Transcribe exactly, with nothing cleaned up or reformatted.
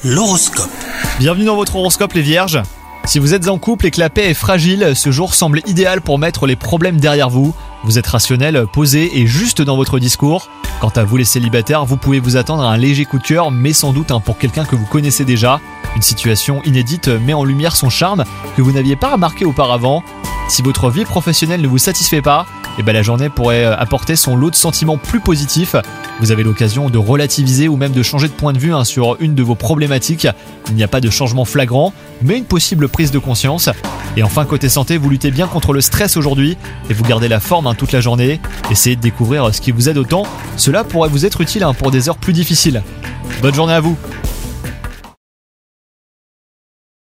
L'horoscope. Bienvenue dans votre horoscope les vierges. Si vous êtes en couple et que la paix est fragile, ce jour semble idéal pour mettre les problèmes derrière vous. Vous êtes rationnel, posé et juste dans votre discours. Quant à vous les célibataires, vous pouvez vous attendre à un léger coup de cœur, mais sans doute hein, pour quelqu'un que vous connaissez déjà. Une situation inédite met en lumière son charme que vous n'aviez pas remarqué auparavant. Si votre vie professionnelle ne vous satisfait pas, eh ben la journée pourrait apporter son lot de sentiments plus positifs. Vous avez l'occasion de relativiser ou même de changer de point de vue hein, sur une de vos problématiques. Il n'y a pas de changement flagrant, mais une possible prise de conscience. Et enfin, côté santé, vous luttez bien contre le stress aujourd'hui et vous gardez la forme hein, toute la journée. Essayez de découvrir ce qui vous aide autant. Cela pourrait vous être utile hein, pour des heures plus difficiles. Bonne journée à vous!